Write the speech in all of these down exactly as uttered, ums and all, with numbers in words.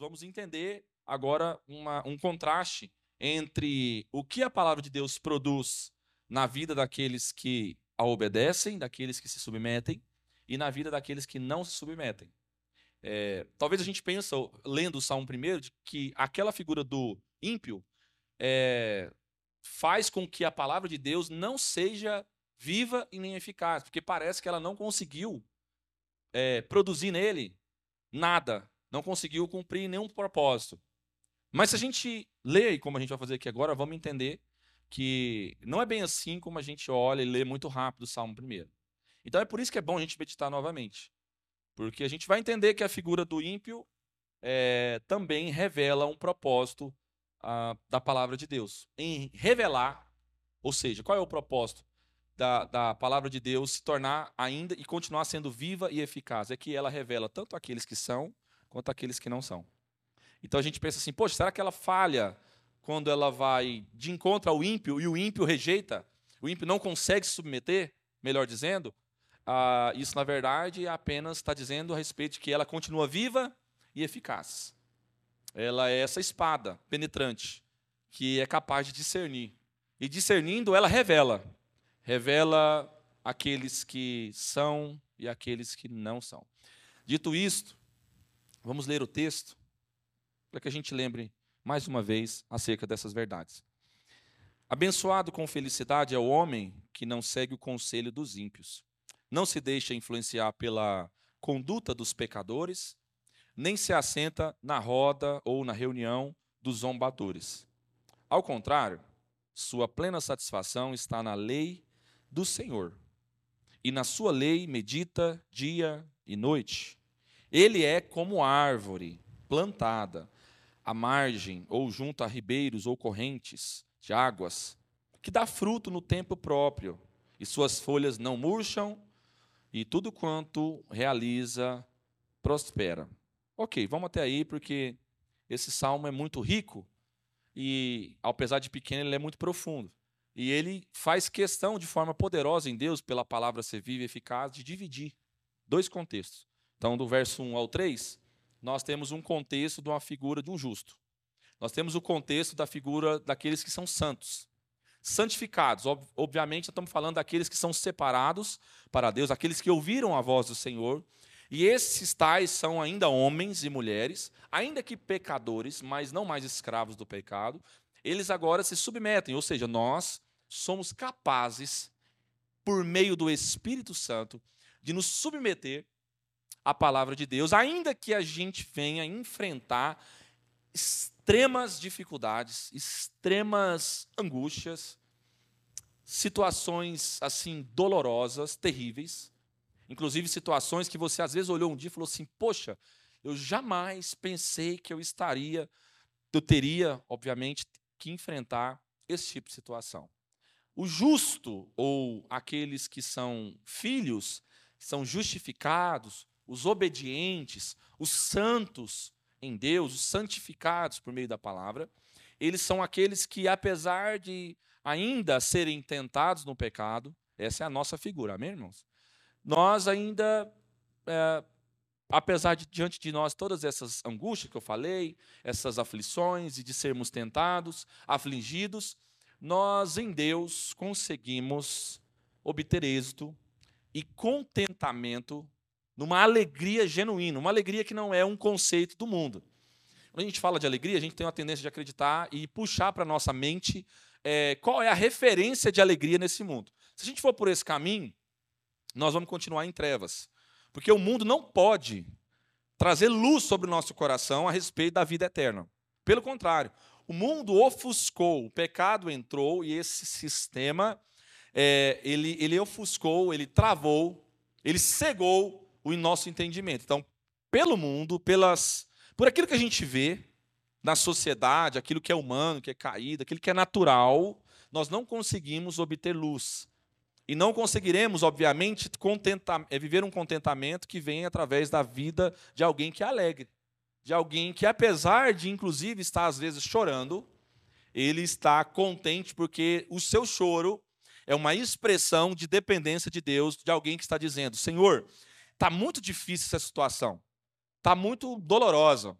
vamos entender agora uma, um contraste entre o que a palavra de Deus produz na vida daqueles que a obedecem, daqueles que se submetem, e na vida daqueles que não se submetem. É, talvez a gente pense, lendo o Salmo primeiro, de que aquela figura do ímpio é, faz com que a palavra de Deus não seja viva e nem eficaz, porque parece que ela não conseguiu é, produzir nele nada, não conseguiu cumprir nenhum propósito. Mas se a gente lê, e como a gente vai fazer aqui agora, vamos entender que não é bem assim como a gente olha e lê muito rápido o Salmo primeiro. Então é por isso que é bom a gente meditar novamente. Porque a gente vai entender que a figura do ímpio é, também revela um propósito ah, da palavra de Deus. Em revelar, ou seja, qual é o propósito da, da palavra de Deus se tornar ainda e continuar sendo viva e eficaz? É que ela revela tanto aqueles que são, quanto aqueles que não são. Então a gente pensa assim, poxa, será que ela falha quando ela vai de encontro ao ímpio e o ímpio rejeita? O ímpio não consegue se submeter, melhor dizendo? Ah, isso, na verdade, apenas está dizendo a respeito de que ela continua viva e eficaz. Ela é essa espada penetrante, que é capaz de discernir. E discernindo, ela revela. Revela aqueles que são e aqueles que não são. Dito isto, vamos ler o texto, para que a gente lembre mais uma vez acerca dessas verdades. Abençoado com felicidade é o homem que não segue o conselho dos ímpios, não se deixa influenciar pela conduta dos pecadores, nem se assenta na roda ou na reunião dos zombadores. Ao contrário, sua plena satisfação está na lei do Senhor, e na sua lei medita dia e noite. Ele é como árvore plantada à margem ou junto a ribeiros ou correntes de águas, que dá fruto no tempo próprio, e suas folhas não murcham, e tudo quanto realiza prospera. Ok, vamos até aí, porque esse salmo é muito rico e, apesar de pequeno, ele é muito profundo. E ele faz questão, de forma poderosa em Deus, pela palavra ser viva e eficaz, de dividir dois contextos. Então, do verso um ao três, nós temos um contexto de uma figura de um justo. Nós temos o contexto da figura daqueles que são santos. Santificados, ob obviamente, estamos falando daqueles que são separados para Deus, aqueles que ouviram a voz do Senhor, e esses tais são ainda homens e mulheres, ainda que pecadores, mas não mais escravos do pecado, eles agora se submetem, ou seja, nós somos capazes, por meio do Espírito Santo, de nos submeter à palavra de Deus, ainda que a gente venha enfrentar extremas dificuldades, extremas angústias, situações assim dolorosas, terríveis, inclusive situações que você às vezes olhou um dia e falou assim: poxa, eu jamais pensei que eu estaria, eu teria, obviamente, que enfrentar esse tipo de situação. O justo, ou aqueles que são filhos, são justificados, os obedientes, os santos em Deus, os santificados por meio da palavra, eles são aqueles que, apesar de ainda serem tentados no pecado, essa é a nossa figura, amém, irmãos? Nós ainda, é, apesar de diante de nós todas essas angústias que eu falei, essas aflições e de sermos tentados, afligidos, nós em Deus conseguimos obter êxito e contentamento numa alegria genuína, uma alegria que não é um conceito do mundo. Quando a gente fala de alegria, a gente tem uma tendência de acreditar e puxar para a nossa mente é, qual é a referência de alegria nesse mundo. Se a gente for por esse caminho, nós vamos continuar em trevas. Porque o mundo não pode trazer luz sobre o nosso coração a respeito da vida eterna. Pelo contrário, o mundo ofuscou, o pecado entrou e esse sistema, é, ele, ele ofuscou, ele travou, ele cegou o nosso entendimento. Então, pelo mundo, pelas, por aquilo que a gente vê na sociedade, aquilo que é humano, que é caído, aquilo que é natural, nós não conseguimos obter luz. E não conseguiremos, obviamente, contentar, é viver um contentamento que vem através da vida de alguém que é alegre. De alguém que, apesar de, inclusive, estar, às vezes, chorando, ele está contente porque o seu choro é uma expressão de dependência de Deus, de alguém que está dizendo: Senhor, está muito difícil essa situação, está muito dolorosa,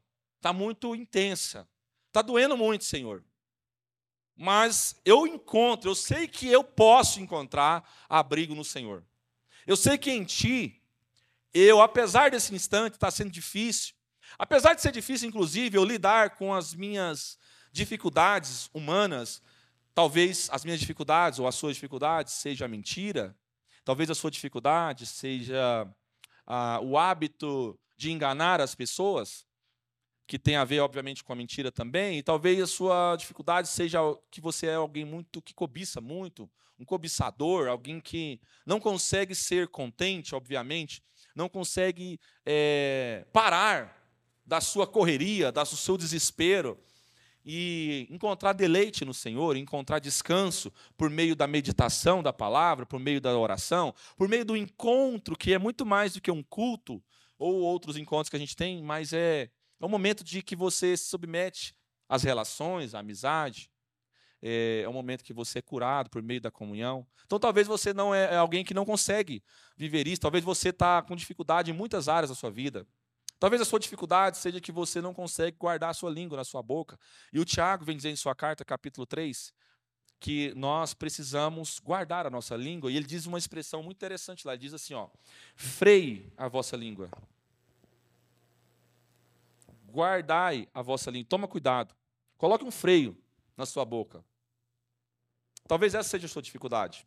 está muito intensa. Está doendo muito, Senhor. Mas eu encontro, eu sei que eu posso encontrar abrigo no Senhor. Eu sei que em Ti, eu, apesar desse instante estar sendo difícil, apesar de ser difícil, inclusive, eu lidar com as minhas dificuldades humanas, talvez as minhas dificuldades ou as suas dificuldades seja a mentira, talvez a sua dificuldade seja ah, o hábito de enganar as pessoas, que tem a ver, obviamente, com a mentira também, e talvez a sua dificuldade seja que você é alguém muito que cobiça muito, um cobiçador, alguém que não consegue ser contente, obviamente, não consegue é, parar da sua correria, do seu desespero, e encontrar deleite no Senhor, encontrar descanso por meio da meditação da palavra, por meio da oração, por meio do encontro, que é muito mais do que um culto, ou outros encontros que a gente tem, mas é, é um momento de que você se submete às relações, à amizade, é, é um momento que você é curado por meio da comunhão. Então, talvez você não é, é alguém que não consegue viver isso, talvez você está com dificuldade em muitas áreas da sua vida. Talvez a sua dificuldade seja que você não consegue guardar a sua língua na sua boca. E o Tiago vem dizer em sua carta, capítulo três, que nós precisamos guardar a nossa língua. E ele diz uma expressão muito interessante lá. Ele diz assim, ó, freie a vossa língua. Guardai a vossa língua. Toma cuidado. Coloque um freio na sua boca. Talvez essa seja a sua dificuldade.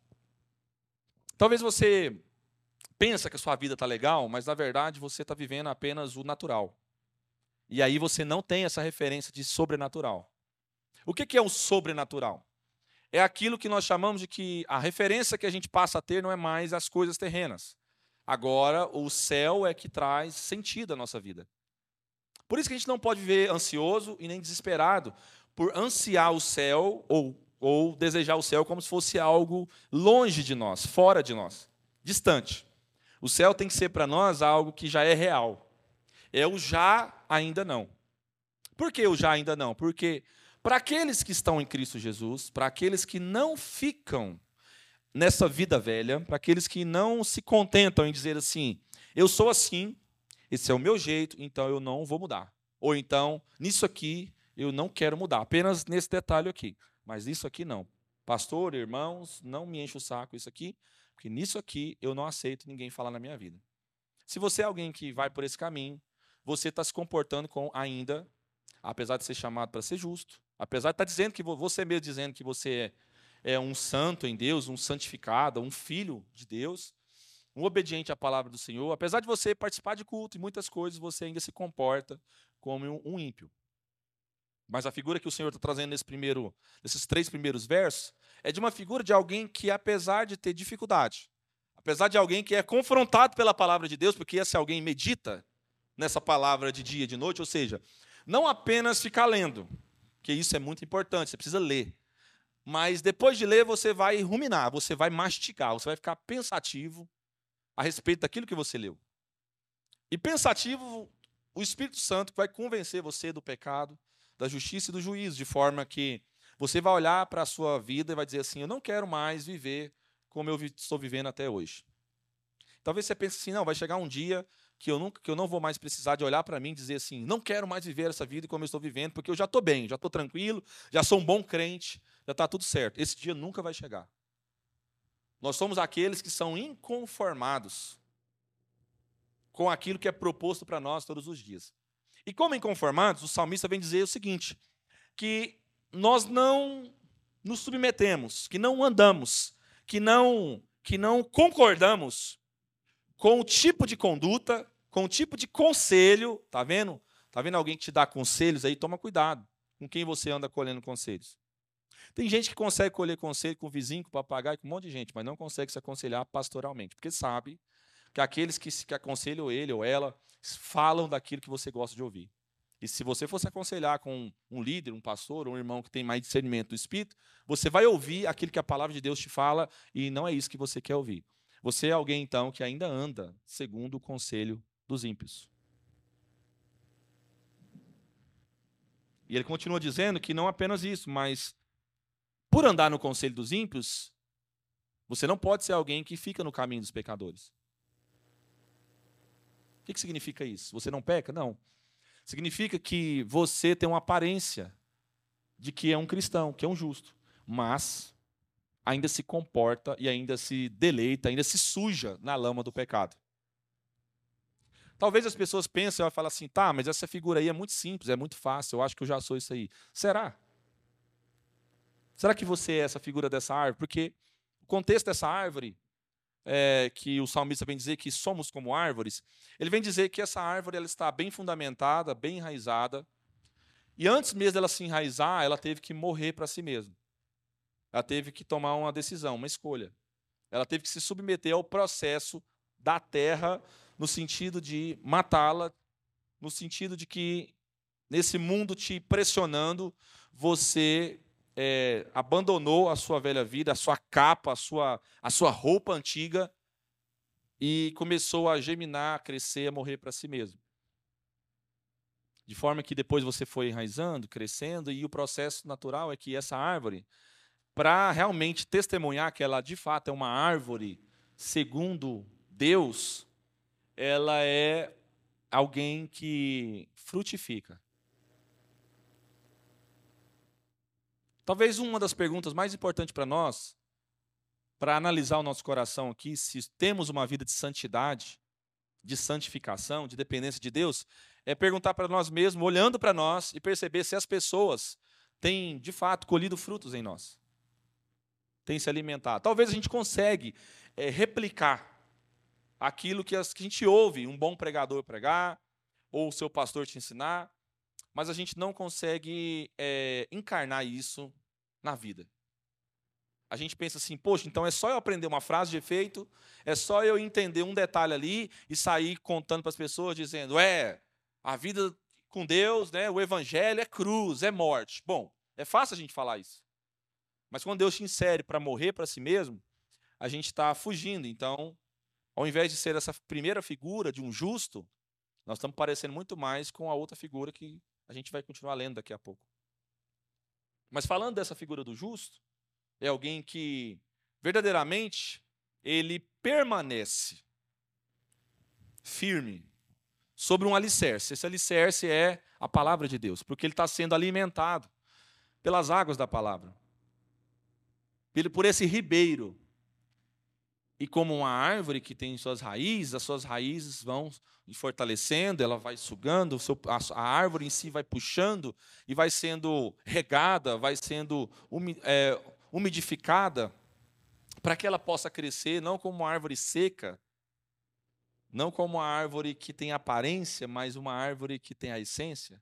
Talvez você pensa que a sua vida está legal, mas, na verdade, você está vivendo apenas o natural. E aí você não tem essa referência de sobrenatural. O que é o sobrenatural? É aquilo que nós chamamos de que a referência que a gente passa a ter não é mais as coisas terrenas. Agora, o céu é que traz sentido à nossa vida. Por isso que a gente não pode viver ansioso e nem desesperado por ansiar o céu ou, ou desejar o céu como se fosse algo longe de nós, fora de nós, distante. O céu tem que ser para nós algo que já é real. É o já ainda não. Por que o já ainda não? Porque para aqueles que estão em Cristo Jesus, para aqueles que não ficam nessa vida velha, para aqueles que não se contentam em dizer assim, eu sou assim, esse é o meu jeito, então eu não vou mudar. Ou então, nisso aqui, eu não quero mudar, apenas nesse detalhe aqui. Mas isso aqui não. Pastor, irmãos, não me enche o saco isso aqui, porque nisso aqui eu não aceito ninguém falar na minha vida. Se você é alguém que vai por esse caminho, você está se comportando com ainda, apesar de ser chamado para ser justo, apesar de estar dizendo que você mesmo dizendo que você é, é um santo em Deus, um santificado, um filho de Deus, um obediente à palavra do Senhor, apesar de você participar de culto e muitas coisas, você ainda se comporta como um, um ímpio. Mas a figura que o Senhor está trazendo nesse primeiro, nesses três primeiros versos é de uma figura de alguém que, apesar de ter dificuldade, apesar de alguém que é confrontado pela palavra de Deus, porque esse alguém medita nessa palavra de dia e de noite, ou seja, não apenas ficar lendo, que isso é muito importante, você precisa ler. Mas depois de ler, você vai ruminar, você vai mastigar, você vai ficar pensativo a respeito daquilo que você leu. E pensativo, o Espírito Santo vai convencer você do pecado, da justiça e do juízo, de forma que você vai olhar para a sua vida e vai dizer assim, eu não quero mais viver como eu estou vivendo até hoje. Talvez você pense assim, não, vai chegar um dia que eu, nunca, que eu não vou mais precisar de olhar para mim e dizer assim, não quero mais viver essa vida como eu estou vivendo, porque eu já estou bem, já estou tranquilo, já sou um bom crente, já está tudo certo. Esse dia nunca vai chegar. Nós somos aqueles que são inconformados com aquilo que é proposto para nós todos os dias. E como inconformados, o salmista vem dizer o seguinte, que nós não nos submetemos, que não andamos, que não, que não concordamos com o tipo de conduta, com o tipo de conselho, tá vendo? Tá vendo alguém que te dá conselhos aí? Toma cuidado com quem você anda colhendo conselhos. Tem gente que consegue colher conselho com o vizinho, com o papagaio, com um monte de gente, mas não consegue se aconselhar pastoralmente, porque sabe que aqueles que, que aconselham ele ou ela falam daquilo que você gosta de ouvir. E se você fosse aconselhar com um líder, um pastor, um irmão que tem mais discernimento do Espírito, você vai ouvir aquilo que a palavra de Deus te fala e não é isso que você quer ouvir. Você é alguém, então, que ainda anda segundo o conselho dos ímpios. E ele continua dizendo que não apenas isso, mas por andar no conselho dos ímpios, você não pode ser alguém que fica no caminho dos pecadores. O que significa isso? Você não peca? Não. Significa que você tem uma aparência de que é um cristão, que é um justo, mas ainda se comporta e ainda se deleita, ainda se suja na lama do pecado. Talvez as pessoas pensem e falar assim, tá, mas essa figura aí é muito simples, é muito fácil, eu acho que eu já sou isso aí. Será? Será que você é essa figura dessa árvore? Porque o contexto dessa árvore, é, que o salmista vem dizer que somos como árvores, ele vem dizer que essa árvore ela está bem fundamentada, bem enraizada, e antes mesmo dela se enraizar, ela teve que morrer para si mesma. Ela teve que tomar uma decisão, uma escolha. Ela teve que se submeter ao processo da terra, no sentido de matá-la, no sentido de que, nesse mundo te pressionando, você é, abandonou a sua velha vida, a sua capa, a sua, a sua roupa antiga, e começou a germinar, a crescer, a morrer para si mesmo. De forma que depois você foi enraizando, crescendo, e o processo natural é que essa árvore, para realmente testemunhar que ela de fato é uma árvore segundo Deus, ela é alguém que frutifica. Talvez uma das perguntas mais importantes para nós, para analisar o nosso coração aqui, se temos uma vida de santidade, de santificação, de dependência de Deus, é perguntar para nós mesmos, olhando para nós e perceber se as pessoas têm, de fato, colhido frutos em nós. Têm se alimentado. Talvez a gente consiga é, replicar aquilo que a gente ouve, um bom pregador pregar, ou o seu pastor te ensinar, mas a gente não consegue é, encarnar isso na vida. A gente pensa assim, poxa, então é só eu aprender uma frase de efeito, é só eu entender um detalhe ali e sair contando para as pessoas, dizendo, é, a vida com Deus, né, o evangelho é cruz, é morte. Bom, é fácil a gente falar isso. Mas quando Deus te insere para morrer para si mesmo, a gente está fugindo. Então, ao invés de ser essa primeira figura de um justo, nós estamos parecendo muito mais com a outra figura que a gente vai continuar lendo daqui a pouco. Mas falando dessa figura do justo, é alguém que verdadeiramente ele permanece firme sobre um alicerce. Esse alicerce é a palavra de Deus, porque ele está sendo alimentado pelas águas da palavra, por esse ribeiro. E como uma árvore que tem suas raízes, as suas raízes vão fortalecendo, ela vai sugando, o seu, a, a árvore em si vai puxando e vai sendo regada, vai sendo umi, é, umidificada, para que ela possa crescer, não como uma árvore seca, não como uma árvore que tem aparência, mas uma árvore que tem a essência.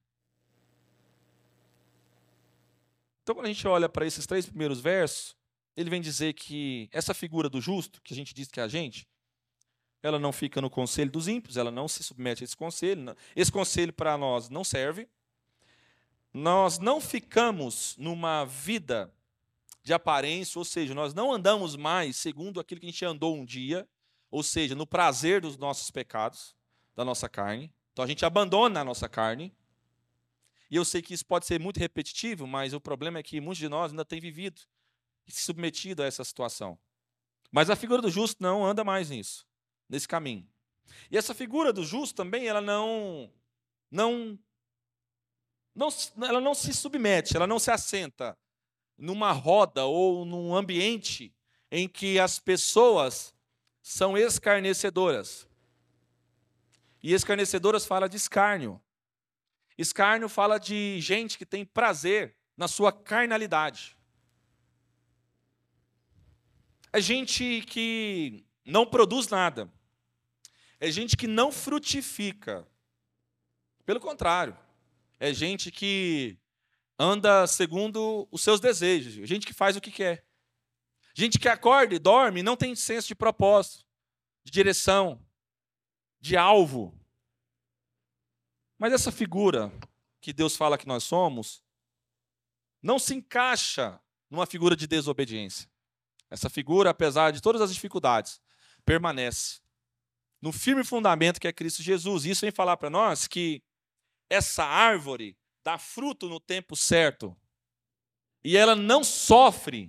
Então, quando a gente olha para esses três primeiros versos, ele vem dizer que essa figura do justo, que a gente diz que é a gente, ela não fica no conselho dos ímpios, ela não se submete a esse conselho. Esse conselho para nós não serve. Nós não ficamos numa vida de aparência, ou seja, nós não andamos mais segundo aquilo que a gente andou um dia, ou seja, no prazer dos nossos pecados, da nossa carne. Então a gente abandona a nossa carne. E eu sei que isso pode ser muito repetitivo, mas o problema é que muitos de nós ainda têm vivido e se submetido a essa situação. Mas a figura do justo não anda mais nisso, nesse caminho. E essa figura do justo também, ela não, não, não, ela não se submete, ela não se assenta numa roda ou num ambiente em que as pessoas são escarnecedoras. E escarnecedoras fala de escárnio. Escárnio fala de gente que tem prazer na sua carnalidade. É gente que não produz nada. É gente que não frutifica. Pelo contrário, é gente que anda segundo os seus desejos. Gente que faz o que quer. Gente que acorda e dorme e não tem senso de propósito, de direção, de alvo. Mas essa figura que Deus fala que nós somos não se encaixa numa figura de desobediência. Essa figura, apesar de todas as dificuldades, permanece no firme fundamento que é Cristo Jesus. Isso vem falar para nós que essa árvore dá fruto no tempo certo e ela não sofre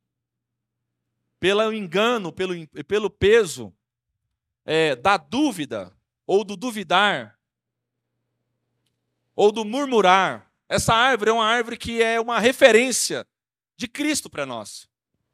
pelo engano, pelo, pelo peso é, da dúvida ou do duvidar ou do murmurar. Essa árvore é uma árvore que é uma referência de Cristo para nós.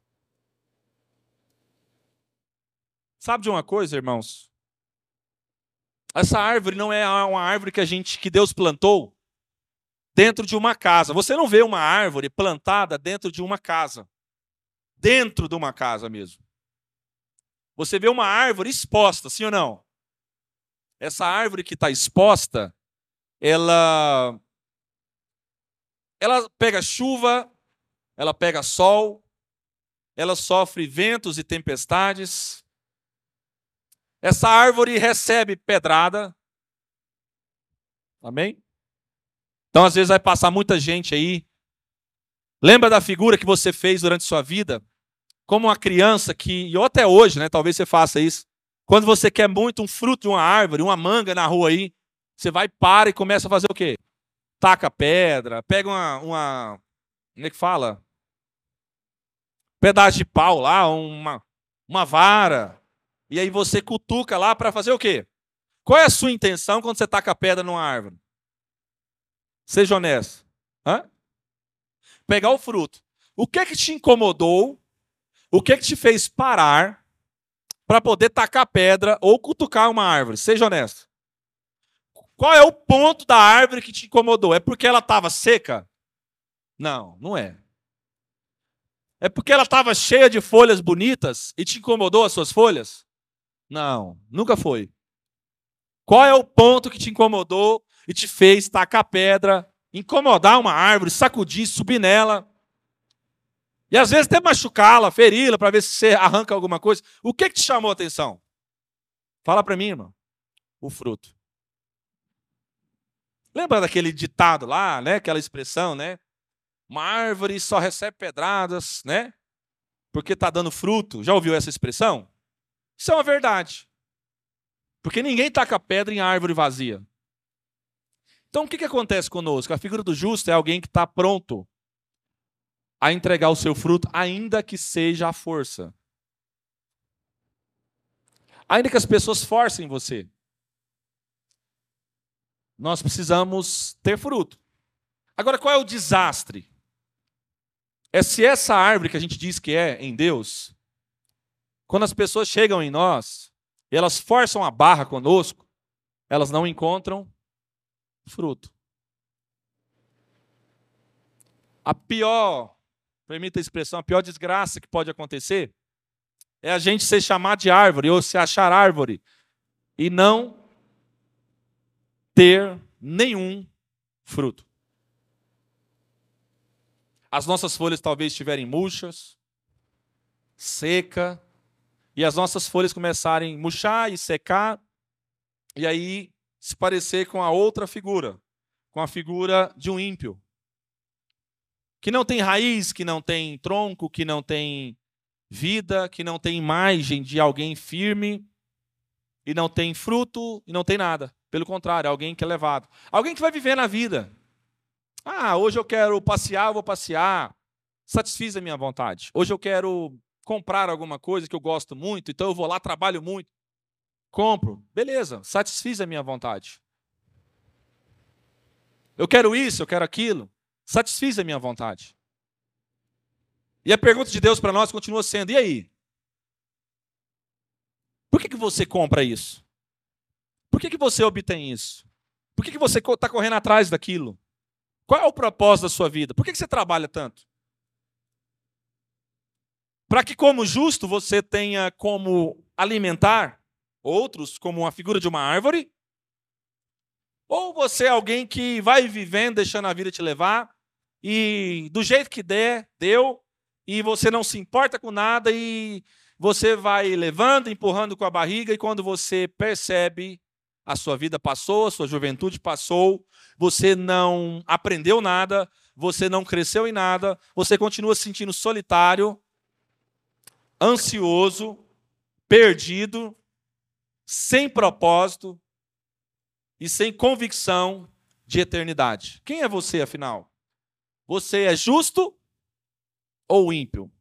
Sabe de uma coisa, irmãos? Essa árvore não é uma árvore que a gente, que Deus plantou dentro de uma casa. Você não vê uma árvore plantada dentro de uma casa. Dentro de uma casa mesmo. Você vê uma árvore exposta, sim ou não? Essa árvore que está exposta, ela, ela pega chuva, ela pega sol, ela sofre ventos e tempestades. Essa árvore recebe pedrada. Amém? Então, às vezes, vai passar muita gente aí. Lembra da figura que você fez durante sua vida? Como uma criança que, e até hoje, né? Talvez você faça isso. Quando você quer muito um fruto de uma árvore, uma manga na rua aí, você vai, para e começa a fazer o quê? Taca pedra, pega uma, uma como é que fala? Pedaço de pau lá, uma, uma vara. E aí você cutuca lá para fazer o quê? Qual é a sua intenção quando você taca pedra numa árvore? Seja honesto. Hã? Pegar o fruto. O que é que te incomodou? O que é que te fez parar para poder tacar pedra ou cutucar uma árvore? Seja honesto. Qual é o ponto da árvore que te incomodou? É porque ela estava seca? Não, não é. É porque ela estava cheia de folhas bonitas e te incomodou as suas folhas? Não, nunca foi. Qual é o ponto que te incomodou e te fez tacar pedra, incomodar uma árvore, sacudir, subir nela? E às vezes até machucá-la, feri-la, para ver se você arranca alguma coisa. O que, que te chamou a atenção? Fala para mim, irmão. O fruto. Lembra daquele ditado lá, né? Aquela expressão, né? Uma árvore só recebe pedradas, né? Porque está dando fruto. Já ouviu essa expressão? Isso é uma verdade. Porque ninguém taca pedra em árvore vazia. Então o que, que acontece conosco? A figura do justo é alguém que está pronto a entregar o seu fruto, ainda que seja à força. Ainda que as pessoas forcem você. Nós precisamos ter fruto. Agora, qual é o desastre? É se essa árvore que a gente diz que é em Deus, quando as pessoas chegam em nós, e elas forçam a barra conosco, elas não encontram fruto. A pior, permita a expressão, a pior desgraça que pode acontecer é a gente ser chamado de árvore ou se achar árvore e não ter nenhum fruto. As nossas folhas talvez estiverem murchas, seca, e as nossas folhas começarem a murchar e secar, e aí se parecer com a outra figura, com a figura de um ímpio, que não tem raiz, que não tem tronco, que não tem vida, que não tem imagem de alguém firme, e não tem fruto, e não tem nada. Pelo contrário, alguém que é levado. Alguém que vai viver na vida. Ah, hoje eu quero passear, eu vou passear. Satisfiz a minha vontade. Hoje eu quero comprar alguma coisa que eu gosto muito, então eu vou lá, trabalho muito. Compro. Beleza, satisfiz a minha vontade. Eu quero isso, eu quero aquilo. Satisfiz a minha vontade. E a pergunta de Deus para nós continua sendo, e aí? Por que, que você compra isso? Por que, que você obtém isso? Por que, que você está correndo atrás daquilo? Qual é o propósito da sua vida? Por que, que você trabalha tanto? Para que, como justo, você tenha como alimentar outros, como uma figura de uma árvore? Ou você é alguém que vai vivendo, deixando a vida te levar, e do jeito que der, deu, e você não se importa com nada, e você vai levando, empurrando com a barriga, e quando você percebe, a sua vida passou, a sua juventude passou, você não aprendeu nada, você não cresceu em nada, você continua se sentindo solitário, ansioso, perdido, sem propósito e sem convicção de eternidade. Quem é você, afinal? Você é justo ou ímpio?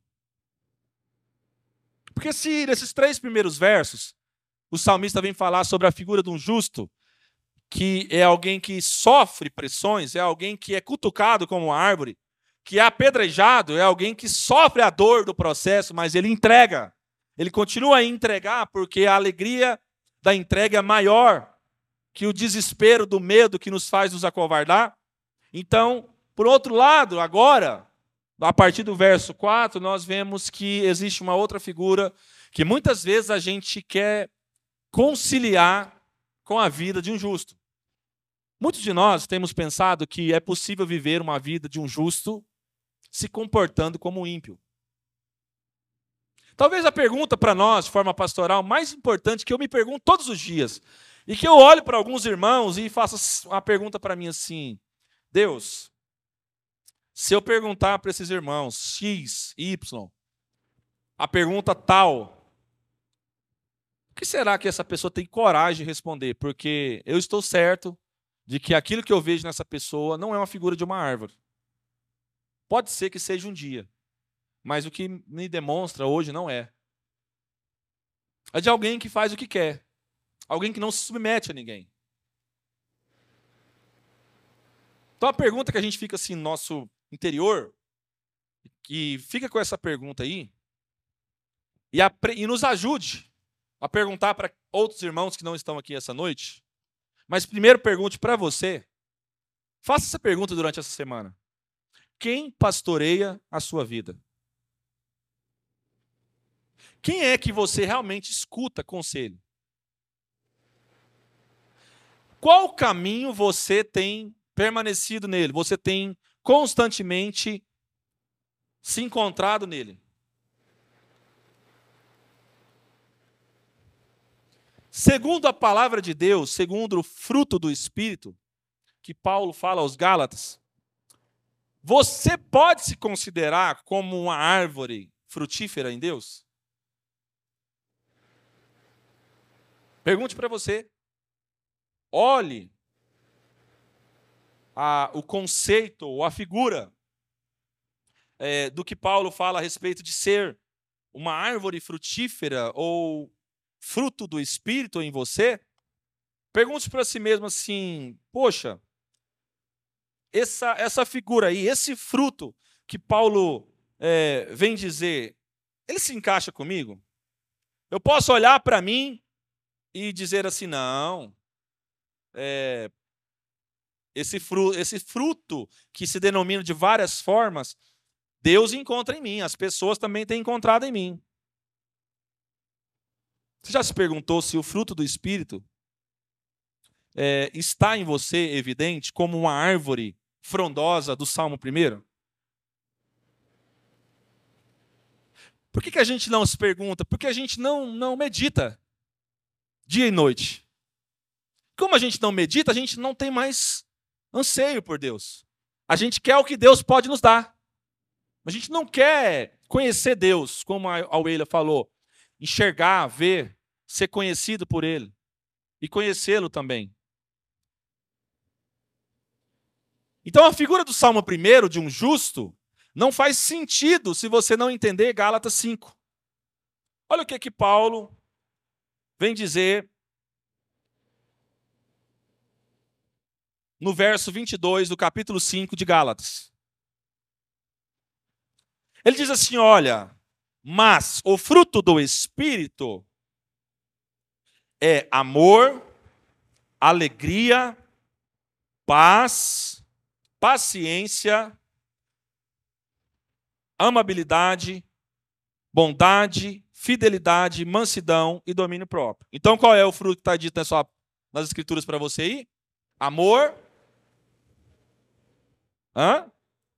Porque se nesses três primeiros versos o salmista vem falar sobre a figura de um justo, que é alguém que sofre pressões, é alguém que é cutucado como uma árvore, que é apedrejado, é alguém que sofre a dor do processo, mas ele entrega. Ele continua a entregar porque a alegria da entrega é maior que o desespero do medo que nos faz nos acovardar. Então, por outro lado, agora, a partir do verso quatro, nós vemos que existe uma outra figura que muitas vezes a gente quer conciliar com a vida de um justo. Muitos de nós temos pensado que é possível viver uma vida de um justo se comportando como um ímpio. Talvez a pergunta para nós, de forma pastoral, mais importante que eu me pergunto todos os dias, e que eu olho para alguns irmãos e faço uma pergunta para mim assim: Deus, se eu perguntar para esses irmãos X, Y, a pergunta tal, o que será que essa pessoa tem coragem de responder? Porque eu estou certo de que aquilo que eu vejo nessa pessoa não é uma figura de uma árvore. Pode ser que seja um dia, mas o que me demonstra hoje não é. É de alguém que faz o que quer, alguém que não se submete a ninguém. Então a pergunta que a gente fica assim no nosso interior, que fica com essa pergunta aí, e, a, e nos ajude a perguntar para outros irmãos que não estão aqui essa noite, mas primeiro pergunte para você, faça essa pergunta durante essa semana: quem pastoreia a sua vida? Quem é que você realmente escuta conselho? Qual caminho você tem permanecido nele? Você tem constantemente se encontrado nele? Segundo a palavra de Deus, segundo o fruto do Espírito, que Paulo fala aos Gálatas, você pode se considerar como uma árvore frutífera em Deus? Pergunte para você. Olhe a, o conceito ou a figura é, do que Paulo fala a respeito de ser uma árvore frutífera ou fruto do Espírito em você. Pergunte para si mesmo assim: poxa, essa, essa figura aí, esse fruto que Paulo é, vem dizer, ele se encaixa comigo? Eu posso olhar para mim e dizer assim: não, é, esse, fruto, esse fruto que se denomina de várias formas, Deus encontra em mim, as pessoas também têm encontrado em mim. Você já se perguntou se o fruto do Espírito é, está em você evidente como uma árvore frondosa do Salmo primeiro? Por que, que a gente não se pergunta? Porque a gente não, não medita dia e noite. Como a gente não medita, a gente não tem mais anseio por Deus. A gente quer o que Deus pode nos dar. A gente não quer conhecer Deus, como a Auelia falou. Enxergar, ver, ser conhecido por Ele. E conhecê-lo também. Então a figura do Salmo primeiro, de um justo, não faz sentido se você não entender Gálatas cinco. Olha o que que Paulo vem dizer no verso vinte e dois do capítulo cinco de Gálatas. Ele diz assim, olha, mas o fruto do Espírito é amor, alegria, paz, paciência, amabilidade, bondade, fidelidade, mansidão e domínio próprio. Então qual é o fruto que está dito nas, sua, nas escrituras para você aí? Amor. Hã?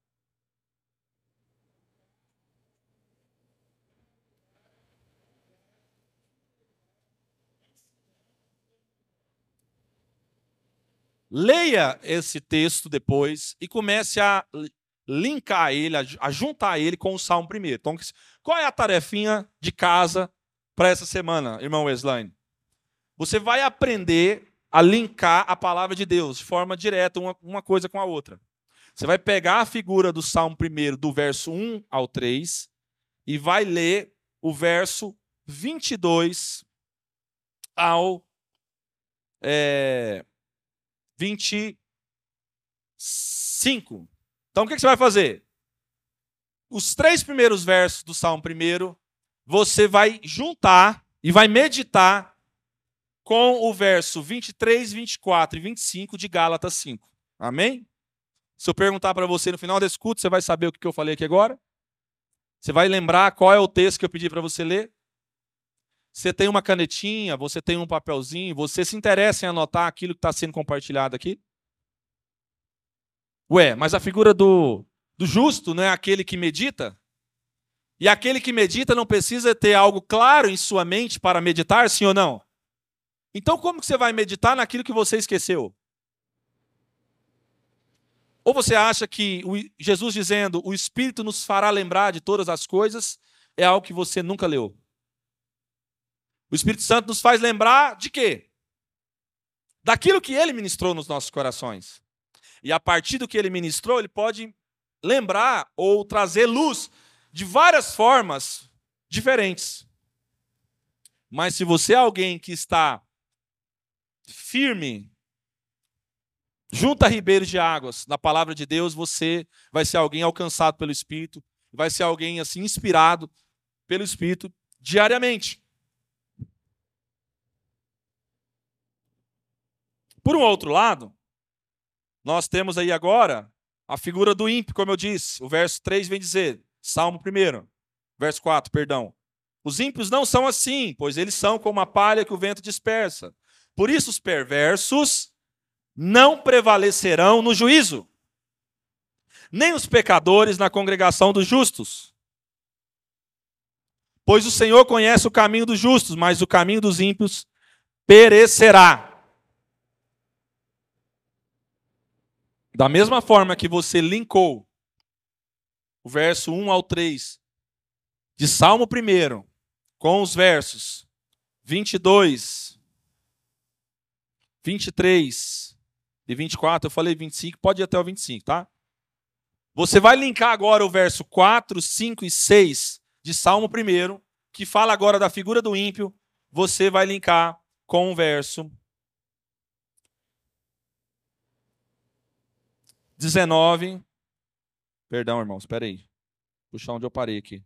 Leia esse texto depois e comece a linkar ele, a juntar ele com o Salmo primeiro. Então, qual é a tarefinha de casa para essa semana, irmão Wesley? Você vai aprender a linkar a palavra de Deus de forma direta, uma, uma coisa com a outra. Você vai pegar a figura do Salmo primeiro, do verso um ao três, e vai ler o verso vinte e dois ao... É, vinte e cinco. Então, o que você vai fazer? Os três primeiros versos do Salmo primeiro, você vai juntar e vai meditar com o verso vinte e três, vinte e quatro e vinte e cinco de Gálatas cinco. Amém? Se eu perguntar para você no final desse culto, você vai saber o que eu falei aqui agora? Você vai lembrar qual é o texto que eu pedi para você ler? Você tem uma canetinha, você tem um papelzinho, você se interessa em anotar aquilo que está sendo compartilhado aqui? Ué, mas a figura do, do justo não é aquele que medita? E aquele que medita não precisa ter algo claro em sua mente para meditar, sim ou não? Então como que você vai meditar naquilo que você esqueceu? Ou você acha que o, Jesus dizendo o Espírito nos fará lembrar de todas as coisas é algo que você nunca leu? O Espírito Santo nos faz lembrar de quê? Daquilo que Ele ministrou nos nossos corações. E a partir do que Ele ministrou, Ele pode lembrar ou trazer luz de várias formas diferentes. Mas se você é alguém que está firme, junto a ribeiros de águas, na palavra de Deus, você vai ser alguém alcançado pelo Espírito, vai ser alguém assim inspirado pelo Espírito diariamente. Por um outro lado, nós temos aí agora a figura do ímpio, como eu disse. O verso três vem dizer, Salmo primeiro, verso quatro, perdão. Os ímpios não são assim, pois eles são como a palha que o vento dispersa. Por isso os perversos não prevalecerão no juízo, nem os pecadores na congregação dos justos. Pois o Senhor conhece o caminho dos justos, mas o caminho dos ímpios perecerá. Da mesma forma que você linkou o verso um ao três de Salmo primeiro com os versos vinte e dois, vinte e três e vinte e quatro, eu falei vinte e cinco, pode ir até o vinte e cinco, tá? Você vai linkar agora o verso quatro, cinco e seis de Salmo primeiro, que fala agora da figura do ímpio, você vai linkar com o verso dezenove. Perdão, irmãos, espera aí. Puxar onde eu parei aqui.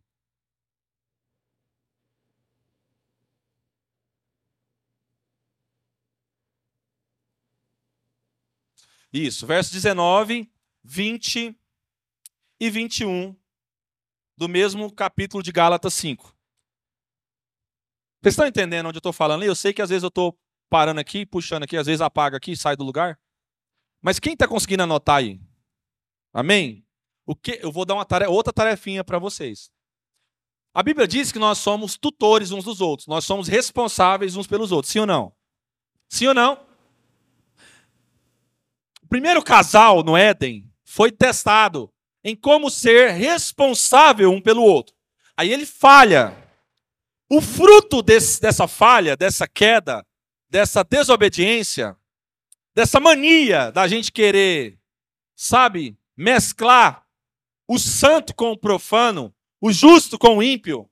Isso, verso dezenove, vinte e vinte e um do mesmo capítulo de Gálatas cinco. Vocês estão entendendo onde eu estou falando? Eu sei que às vezes eu estou parando aqui, puxando aqui, às vezes apaga aqui, sai do lugar. Mas quem está conseguindo anotar aí? Amém? O que? Eu vou dar uma tarefa, outra tarefinha para vocês. A Bíblia diz que nós somos tutores uns dos outros. Nós somos responsáveis uns pelos outros. Sim ou não? Sim ou não? O primeiro casal no Éden foi testado em como ser responsável um pelo outro. Aí ele falha. O fruto desse, dessa falha, dessa queda, dessa desobediência, dessa mania da gente querer, sabe, mesclar o santo com o profano, o justo com o ímpio,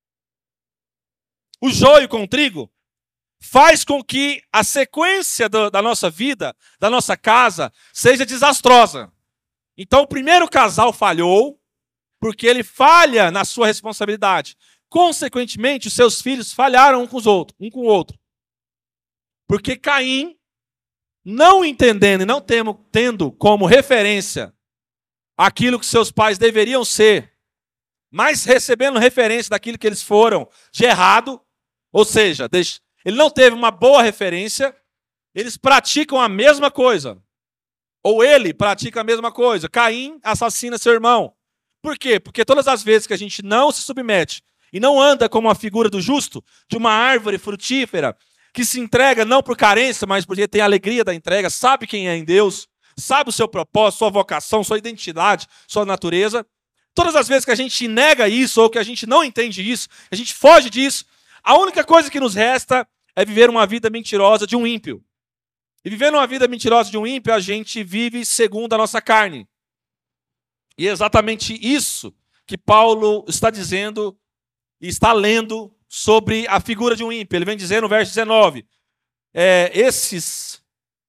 o joio com o trigo, faz com que a sequência do, da nossa vida, da nossa casa, seja desastrosa. Então o primeiro casal falhou, porque ele falha na sua responsabilidade. Consequentemente, os seus filhos falharam um com os outros, um com o outro. Porque Caim, não entendendo e não tendo, tendo como referência aquilo que seus pais deveriam ser, mas recebendo referência daquilo que eles foram de errado, ou seja, ele não teve uma boa referência, eles praticam a mesma coisa. Ou ele pratica a mesma coisa. Caim assassina seu irmão. Por quê? Porque todas as vezes que a gente não se submete e não anda como a figura do justo, de uma árvore frutífera, que se entrega não por carência, mas porque tem a alegria da entrega, sabe quem é em Deus, sabe o seu propósito, sua vocação, sua identidade, sua natureza. Todas as vezes que a gente nega isso, ou que a gente não entende isso, a gente foge disso, a única coisa que nos resta é viver uma vida mentirosa de um ímpio. E vivendo uma vida mentirosa de um ímpio, a gente vive segundo a nossa carne. E é exatamente isso que Paulo está dizendo e está lendo sobre a figura de um ímpio. Ele vem dizer no verso dezenove, é, esses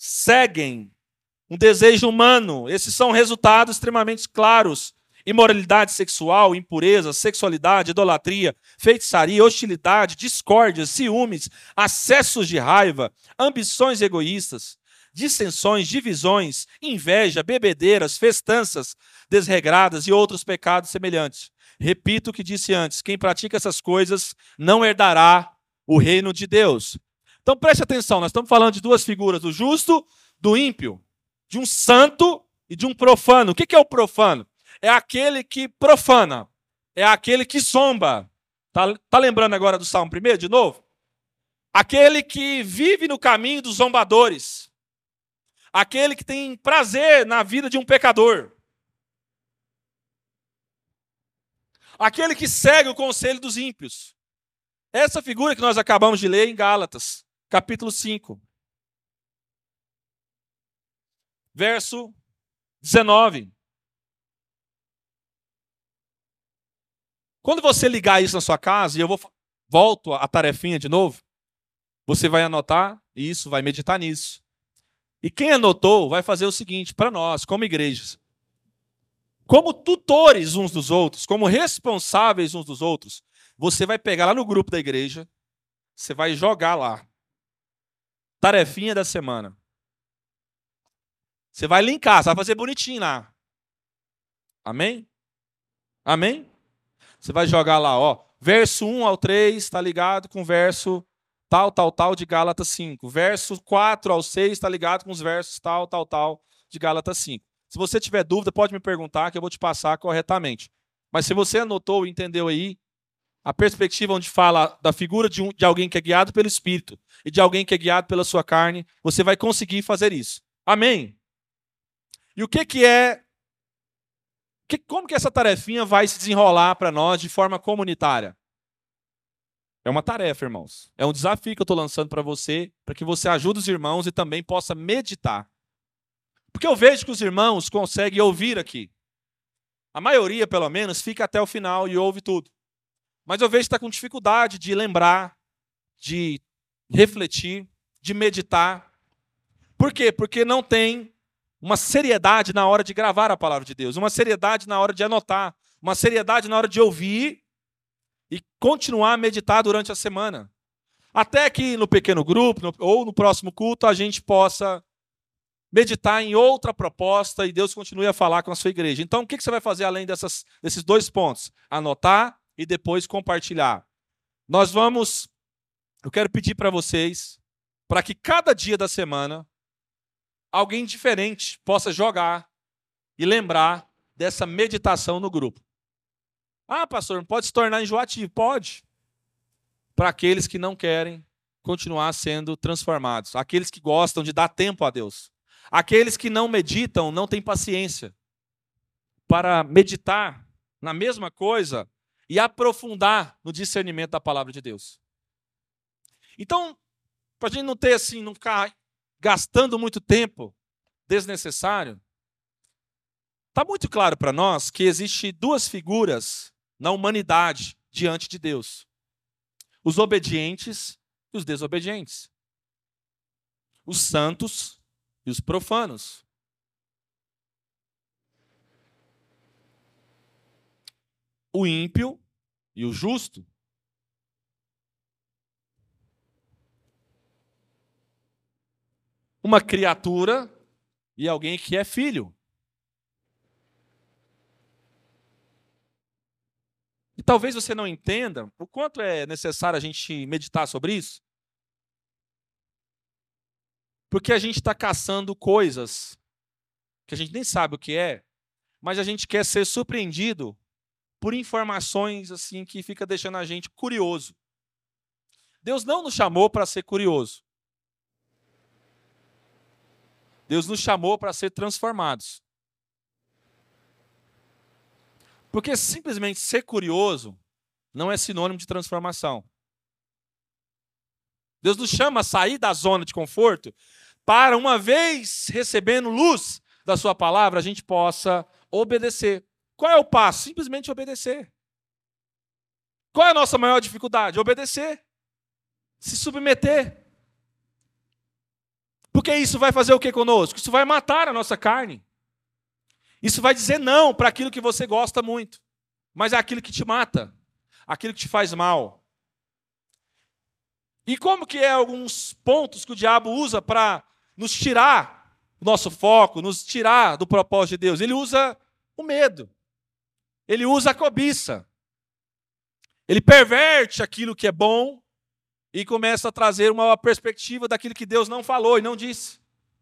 seguem um desejo humano. Esses são resultados extremamente claros. Imoralidade sexual, impureza, sexualidade, idolatria, feitiçaria, hostilidade, discórdia, ciúmes, acessos de raiva, ambições egoístas, dissensões, divisões, inveja, bebedeiras, festanças desregradas e outros pecados semelhantes. Repito o que disse antes: quem pratica essas coisas não herdará o reino de Deus. Então preste atenção, nós estamos falando de duas figuras, do justo, do ímpio, de um santo e de um profano. O que é o profano? É aquele que profana, é aquele que zomba. Tá, tá lembrando agora do Salmo primeiro de novo? Aquele que vive no caminho dos zombadores. Aquele que tem prazer na vida de um pecador. Aquele que segue o conselho dos ímpios. Essa figura que nós acabamos de ler em Gálatas, capítulo cinco. Verso dezenove. Quando você ligar isso na sua casa, e eu vou, volto a tarefinha de novo, você vai anotar isso, vai meditar nisso. E quem anotou vai fazer o seguinte para nós, como igrejas. Como tutores uns dos outros, como responsáveis uns dos outros, você vai pegar lá no grupo da igreja, você vai jogar lá. Tarefinha da semana. Você vai linkar, você vai fazer bonitinho lá. Amém? Amém? Você vai jogar lá, ó, verso um ao três, está ligado com o verso tal, tal, tal de Gálatas cinco. Verso quatro ao seis está ligado com os versos tal, tal, tal de Gálatas cinco. Se você tiver dúvida, pode me perguntar que eu vou te passar corretamente. Mas se você anotou e entendeu aí, a perspectiva onde fala da figura de, um, de alguém que é guiado pelo Espírito e de alguém que é guiado pela sua carne, você vai conseguir fazer isso. Amém? E o que, que é... Que, como que essa tarefinha vai se desenrolar para nós de forma comunitária? É uma tarefa, irmãos. É um desafio que eu estou lançando para você, para que você ajude os irmãos e também possa meditar. Porque eu vejo que os irmãos conseguem ouvir aqui. A maioria, pelo menos, fica até o final e ouve tudo. Mas eu vejo que está com dificuldade de lembrar, de refletir, de meditar. Por quê? Porque não tem uma seriedade na hora de gravar a palavra de Deus, uma seriedade na hora de anotar, uma seriedade na hora de ouvir e continuar a meditar durante a semana. Até que no pequeno grupo no, ou no próximo culto a gente possa meditar em outra proposta e Deus continue a falar com a sua igreja. Então, o que você vai fazer além dessas, desses dois pontos? Anotar e depois compartilhar. Nós vamos... Eu quero pedir para vocês, para que cada dia da semana, alguém diferente possa jogar e lembrar dessa meditação no grupo. Ah, pastor, pode se tornar enjoativo? Pode. Para aqueles que não querem continuar sendo transformados. Aqueles que gostam de dar tempo a Deus. Aqueles que não meditam, não têm paciência para meditar na mesma coisa e aprofundar no discernimento da palavra de Deus. Então, para a gente não ter assim, não ficar gastando muito tempo desnecessário, está muito claro para nós que existem duas figuras na humanidade diante de Deus: os obedientes e os desobedientes, os santos e os profanos. O ímpio e o justo. Uma criatura e alguém que é filho. E talvez você não entenda o quanto é necessário a gente meditar sobre isso. Porque a gente está caçando coisas que a gente nem sabe o que é, mas a gente quer ser surpreendido por informações assim que fica deixando a gente curioso. Deus não nos chamou para ser curioso. Deus nos chamou para ser transformados. Porque simplesmente ser curioso não é sinônimo de transformação. Deus nos chama a sair da zona de conforto para, uma vez recebendo luz da sua palavra, a gente possa obedecer. Qual é o passo? Simplesmente obedecer. Qual é a nossa maior dificuldade? Obedecer. Se submeter. Por Porque isso vai fazer o que conosco? Isso vai matar a nossa carne. Isso vai dizer não para aquilo que você gosta muito. Mas é aquilo que te mata. Aquilo que te faz mal. E como que é alguns pontos que o diabo usa para nos tirar o nosso foco, nos tirar do propósito de Deus? Ele usa o medo. Ele usa a cobiça. Ele perverte aquilo que é bom e começa a trazer uma perspectiva daquilo que Deus não falou e não disse.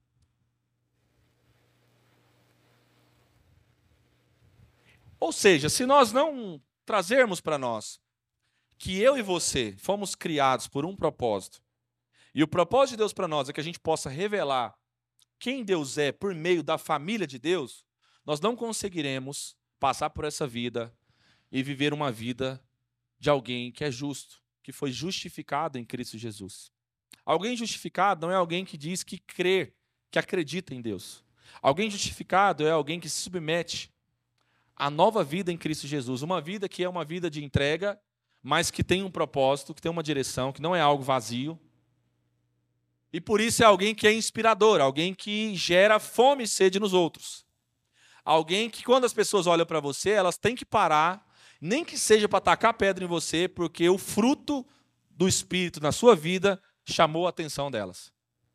Ou seja, se nós não trazermos para nós que eu e você fomos criados por um propósito, e o propósito de Deus para nós é que a gente possa revelar quem Deus é por meio da família de Deus, nós não conseguiremos passar por essa vida e viver uma vida de alguém que é justo, que foi justificado em Cristo Jesus. Alguém justificado não é alguém que diz que crê, que acredita em Deus. Alguém justificado é alguém que se submete à nova vida em Cristo Jesus, uma vida que é uma vida de entrega, mas que tem um propósito, que tem uma direção, que não é algo vazio. E por isso é alguém que é inspirador, alguém que gera fome e sede nos outros. Alguém que, quando as pessoas olham para você, elas têm que parar, nem que seja para tacar pedra em você, porque o fruto do Espírito na sua vida chamou a atenção delas.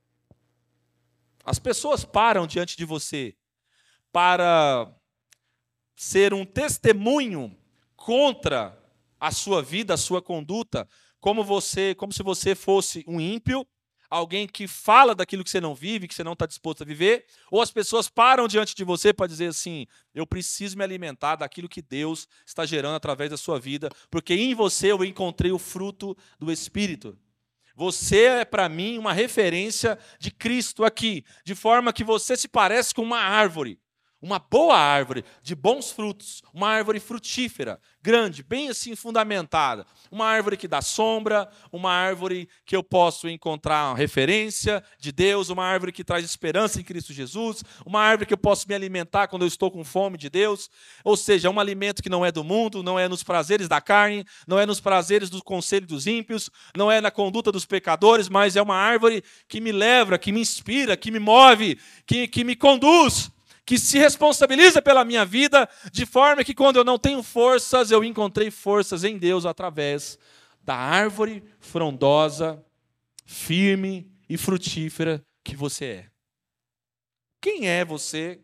As pessoas param diante de você para ser um testemunho contra a sua vida, a sua conduta, como você, como se você fosse um ímpio, alguém que fala daquilo que você não vive, que você não está disposto a viver, ou as pessoas param diante de você para dizer assim, eu preciso me alimentar daquilo que Deus está gerando através da sua vida, porque em você eu encontrei o fruto do Espírito. Você é para mim uma referência de Cristo aqui, de forma que você se parece com uma árvore, uma boa árvore, de bons frutos, uma árvore frutífera, grande, bem assim fundamentada, uma árvore que dá sombra, uma árvore que eu posso encontrar uma referência de Deus, uma árvore que traz esperança em Cristo Jesus, uma árvore que eu posso me alimentar quando eu estou com fome de Deus, ou seja, é um alimento que não é do mundo, não é nos prazeres da carne, não é nos prazeres do conselho dos ímpios, não é na conduta dos pecadores, mas é uma árvore que me leva, que me inspira, que me move, que, que me conduz, que se responsabiliza pela minha vida, de forma que quando eu não tenho forças, eu encontrei forças em Deus através da árvore frondosa, firme e frutífera que você é. Quem é você?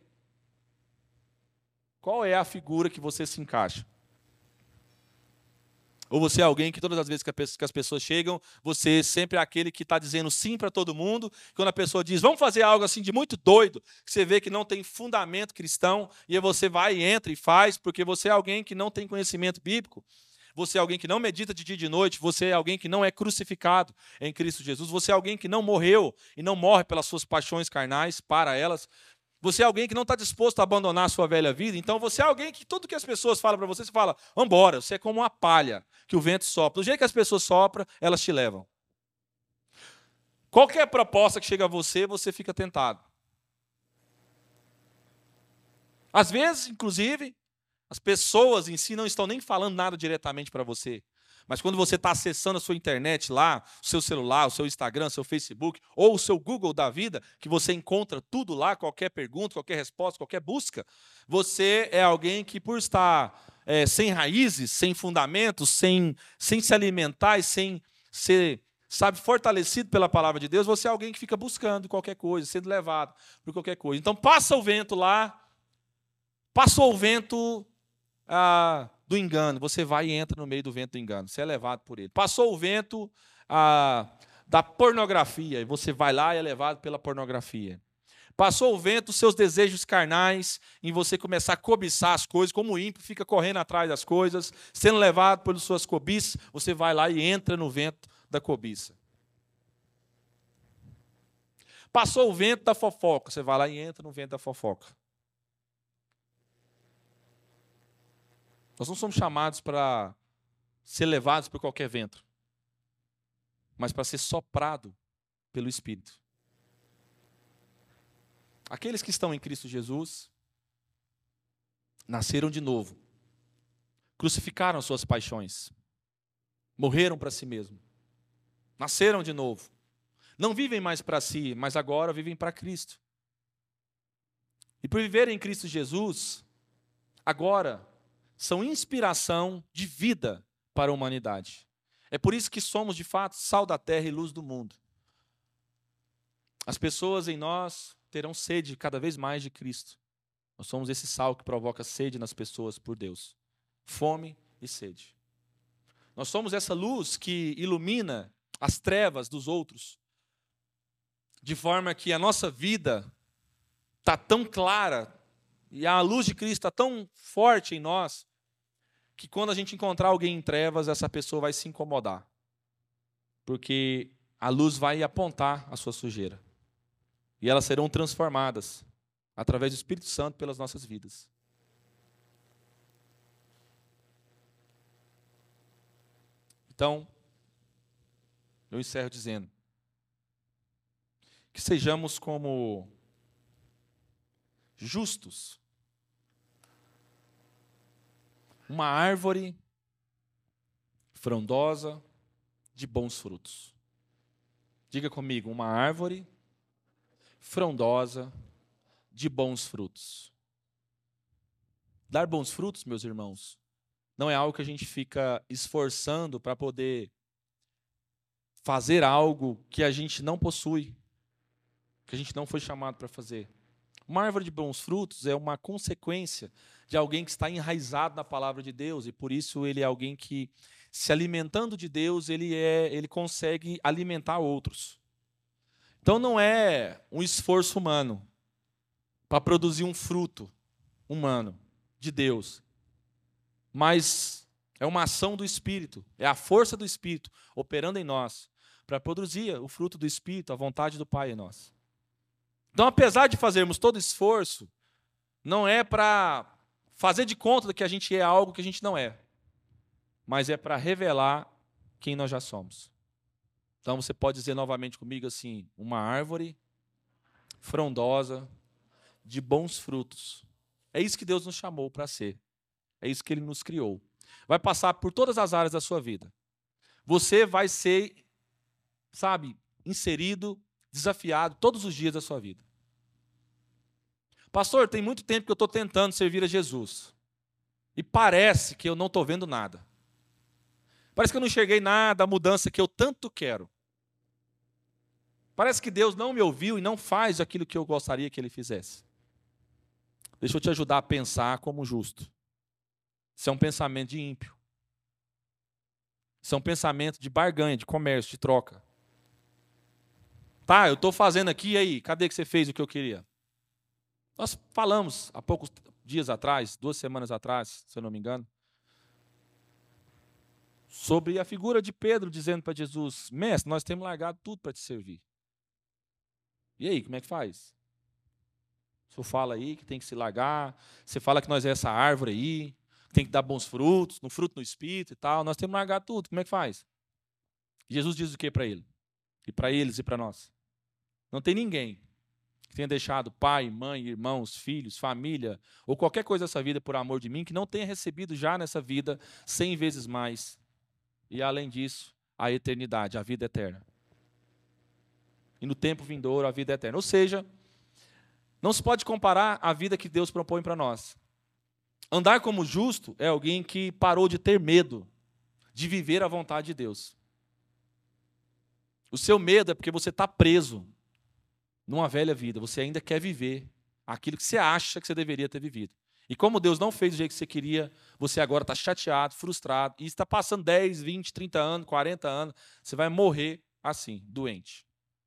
Qual é a figura que você se encaixa? Ou você é alguém que todas as vezes que as pessoas chegam, você sempre é aquele que está dizendo sim para todo mundo. Quando a pessoa diz, vamos fazer algo assim de muito doido, que você vê que não tem fundamento cristão, e aí você vai e entra e faz, porque você é alguém que não tem conhecimento bíblico. Você é alguém que não medita de dia e de noite, você é alguém que não é crucificado em Cristo Jesus, você é alguém que não morreu e não morre pelas suas paixões carnais, para elas. Você é alguém que não está disposto a abandonar a sua velha vida, então você é alguém que tudo que as pessoas falam para você, você fala, vamos embora, você é como uma palha que o vento sopra. Do jeito que as pessoas sopram, elas te levam. Qualquer proposta que chega a você, você fica tentado. Às vezes, inclusive, as pessoas em si não estão nem falando nada diretamente para você. Mas quando você está acessando a sua internet lá, o seu celular, o seu Instagram, o seu Facebook, ou o seu Google da vida, que você encontra tudo lá, qualquer pergunta, qualquer resposta, qualquer busca, você é alguém que, por estar é, sem raízes, sem fundamentos, sem, sem se alimentar e sem ser, sabe, fortalecido pela palavra de Deus, você é alguém que fica buscando qualquer coisa, sendo levado por qualquer coisa. Então passa o vento lá, passou o vento... Ah, do engano, você vai e entra no meio do vento do engano, você é levado por ele. Passou o vento ah, da pornografia, e você vai lá e é levado pela pornografia. Passou o vento dos seus desejos carnais, em você começar a cobiçar as coisas, como o ímpio fica correndo atrás das coisas, sendo levado pelas suas cobiças, você vai lá e entra no vento da cobiça. Passou o vento da fofoca, você vai lá e entra no vento da fofoca. Nós não somos chamados para ser levados por qualquer vento, mas para ser soprado pelo Espírito. Aqueles que estão em Cristo Jesus nasceram de novo, crucificaram suas paixões, morreram para si mesmos, nasceram de novo, Não vivem mais para si, mas agora vivem para Cristo. E por viver em Cristo Jesus, agora são inspiração de vida para a humanidade. É por isso que somos, de fato, sal da terra e luz do mundo. As pessoas em nós terão sede cada vez mais de Cristo. Nós somos esse sal que provoca sede nas pessoas por Deus. Fome e sede. Nós somos essa luz que ilumina as trevas dos outros, de forma que a nossa vida está tão clara e a luz de Cristo está tão forte em nós que quando a gente encontrar alguém em trevas, essa pessoa vai se incomodar, porque a luz vai apontar a sua sujeira e elas serão transformadas através do Espírito Santo pelas nossas vidas. Então, eu encerro dizendo que sejamos como justos, uma árvore frondosa de bons frutos. Diga comigo, uma árvore frondosa de bons frutos. Dar bons frutos, meus irmãos, não é algo que a gente fica esforçando para poder fazer algo que a gente não possui, que a gente não foi chamado para fazer. Uma árvore de bons frutos é uma consequência de alguém que está enraizado na palavra de Deus, e por isso ele é alguém que, se alimentando de Deus, ele, é, ele consegue alimentar outros. Então não é um esforço humano para produzir um fruto humano de Deus, mas é uma ação do Espírito, é a força do Espírito operando em nós para produzir o fruto do Espírito, a vontade do Pai em nós. Então, apesar de fazermos todo esforço, não é para fazer de conta que a gente é algo que a gente não é, mas é para revelar quem nós já somos. Então, você pode dizer novamente comigo assim, uma árvore frondosa de bons frutos. É isso que Deus nos chamou para ser. É isso que Ele nos criou. Vai passar por todas as áreas da sua vida. Você vai ser, sabe, inserido, desafiado todos os dias da sua vida. Pastor, tem muito tempo que eu estou tentando servir a Jesus. E parece que eu não estou vendo nada. Parece que eu não enxerguei nada, a mudança que eu tanto quero. Parece que Deus não me ouviu e não faz aquilo que eu gostaria que Ele fizesse. Deixa eu te ajudar a pensar como justo. Isso é um pensamento de ímpio. Isso é um pensamento de barganha, de comércio, de troca. Tá, eu estou fazendo aqui, e aí? Cadê que você fez o que eu queria? Nós falamos há poucos dias atrás, duas semanas atrás, se eu não me engano, sobre a figura de Pedro dizendo para Jesus, mestre, nós temos largado tudo para te servir. E aí, como é que faz? O senhor fala aí que tem que se largar, você fala que nós é essa árvore aí, que tem que dar bons frutos, no fruto no Espírito e tal, nós temos largado tudo, como é que faz? E Jesus diz o que para ele? E para eles e para nós? Não tem ninguém que tenha deixado pai, mãe, irmãos, filhos, família, ou qualquer coisa dessa vida por amor de mim, que não tenha recebido já nessa vida cem vezes mais. E além disso, a eternidade, a vida eterna. E no tempo vindouro, a vida eterna. Ou seja, não se pode comparar a vida que Deus propõe para nós. Andar como justo é alguém que parou de ter medo de viver a vontade de Deus. O seu medo é porque você está preso numa velha vida, você ainda quer viver aquilo que você acha que você deveria ter vivido. E como Deus não fez do jeito que você queria, você agora está chateado, frustrado, e está passando dez, vinte, trinta anos, quarenta anos, você vai morrer assim, doente.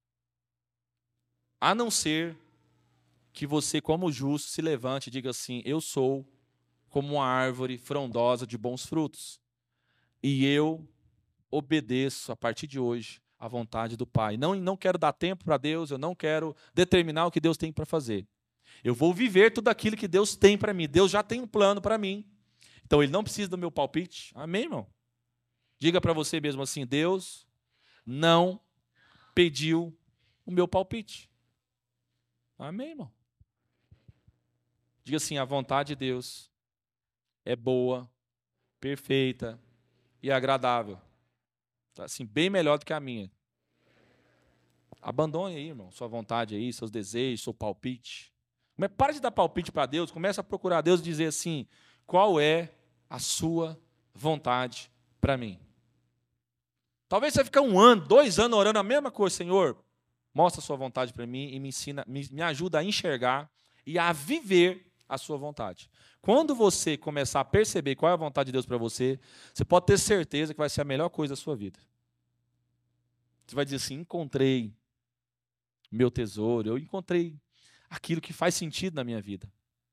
A não ser que você, como justo, se levante e diga assim, eu sou como uma árvore frondosa de bons frutos, e eu obedeço, a partir de hoje, a vontade do Pai. Não, não quero dar tempo para Deus, eu não quero determinar o que Deus tem para fazer. Eu vou viver tudo aquilo que Deus tem para mim. Deus já tem um plano para mim. Então, Ele não precisa do meu palpite. Amém, irmão? Diga para você mesmo assim, Deus não pediu o meu palpite. Amém, irmão? Diga assim, a vontade de Deus é boa, perfeita e agradável. Assim, bem melhor do que a minha. Abandone aí, irmão, sua vontade aí, seus desejos, seu palpite. Para de dar palpite para Deus, comece a procurar Deus e dizer assim, qual é a sua vontade para mim? Talvez você fique um ano, dois anos orando a mesma coisa, Senhor, mostra a sua vontade para mim e me ensina, me, me ajuda a enxergar e a viver a sua vontade. Quando você começar a perceber qual é a vontade de Deus para você, você pode ter certeza que vai ser a melhor coisa da sua vida. Você vai dizer assim, encontrei meu tesouro, eu encontrei aquilo que faz sentido na minha vida.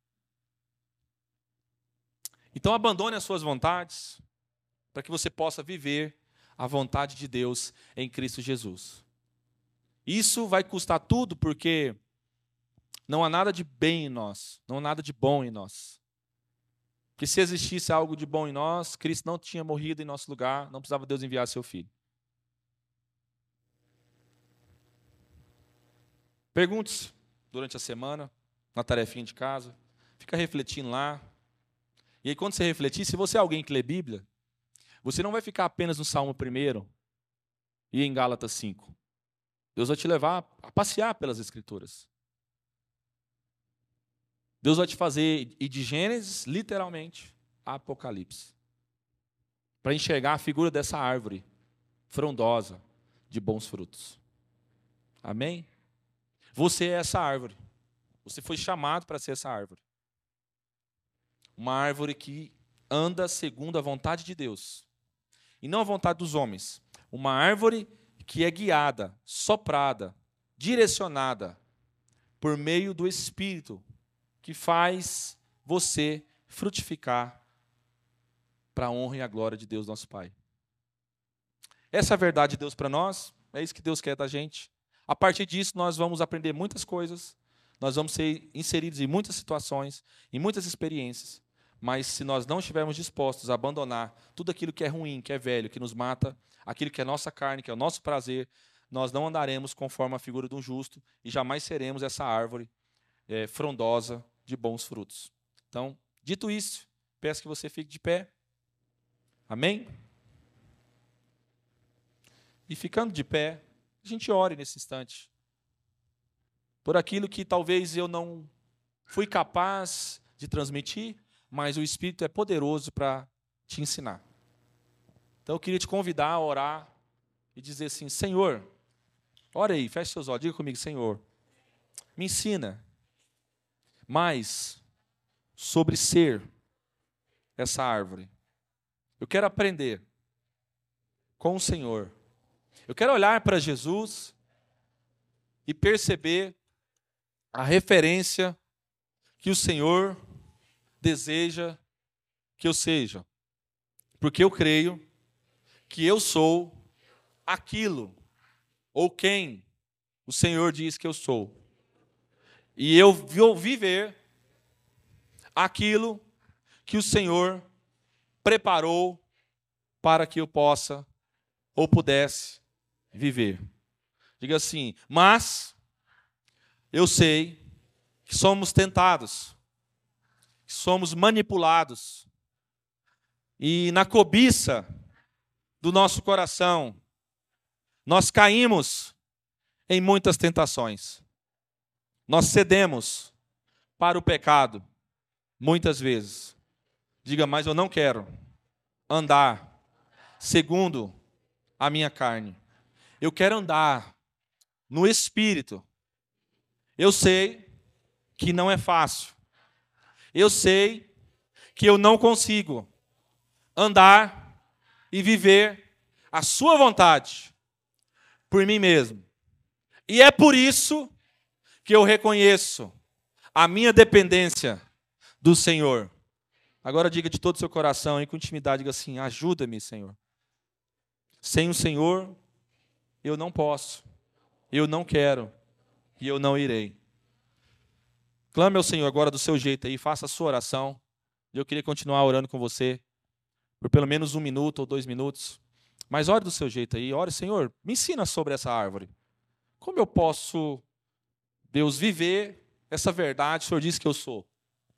Então abandone as suas vontades para que você possa viver a vontade de Deus em Cristo Jesus. Isso vai custar tudo porque não há nada de bem em nós, não há nada de bom em nós. Porque se existisse algo de bom em nós, Cristo não tinha morrido em nosso lugar, não precisava Deus enviar seu Filho. Pergunte-se durante a semana, na tarefinha de casa, fica refletindo lá. E aí quando você refletir, se você é alguém que lê Bíblia, você não vai ficar apenas no Salmo primeiro e em Gálatas cinco. Deus vai te levar a passear pelas Escrituras. Deus vai te fazer ir de Gênesis, literalmente, a Apocalipse. Para enxergar a figura dessa árvore frondosa de bons frutos. Amém? Você é essa árvore. Você foi chamado para ser essa árvore. Uma árvore que anda segundo a vontade de Deus. E não a vontade dos homens. Uma árvore que é guiada, soprada, direcionada por meio do Espírito, que faz você frutificar para a honra e a glória de Deus, nosso Pai. Essa é a verdade de Deus para nós, é isso que Deus quer da gente. A partir disso, nós vamos aprender muitas coisas, nós vamos ser inseridos em muitas situações, em muitas experiências, mas se nós não estivermos dispostos a abandonar tudo aquilo que é ruim, que é velho, que nos mata, aquilo que é nossa carne, que é o nosso prazer, nós não andaremos conforme a figura de um justo e jamais seremos essa árvore é, frondosa de bons frutos. Então, dito isso, peço que você fique de pé. Amém? E ficando de pé, a gente ore nesse instante. Por aquilo que talvez eu não fui capaz de transmitir, mas o Espírito é poderoso para te ensinar. Então eu queria te convidar a orar e dizer assim, Senhor, ora aí, feche seus olhos, diga comigo, Senhor, me ensina mais sobre ser essa árvore. Eu quero aprender com o Senhor. Eu quero olhar para Jesus e perceber a referência que o Senhor deseja que eu seja. Porque eu creio que eu sou aquilo ou quem o Senhor diz que eu sou. E eu vou viver aquilo que o Senhor preparou para que eu possa ou pudesse viver. Diga assim, mas eu sei que somos tentados, que somos manipulados, e na cobiça do nosso coração, nós caímos em muitas tentações. Nós cedemos para o pecado, muitas vezes. Diga, mas eu não quero andar segundo a minha carne. Eu quero andar no Espírito. Eu sei que não é fácil. Eu sei que eu não consigo andar e viver a sua vontade por mim mesmo. E é por isso que eu reconheço a minha dependência do Senhor. Agora diga de todo o seu coração e com intimidade, diga assim, ajuda-me, Senhor. Sem o Senhor, eu não posso, eu não quero e eu não irei. Clame ao Senhor agora do seu jeito aí, faça a sua oração. Eu queria continuar orando com você por pelo menos um minuto ou dois minutos. Mas ore do seu jeito aí, ore, Senhor, me ensina sobre essa árvore. Como eu posso, Deus, viver essa verdade? O Senhor disse que eu sou.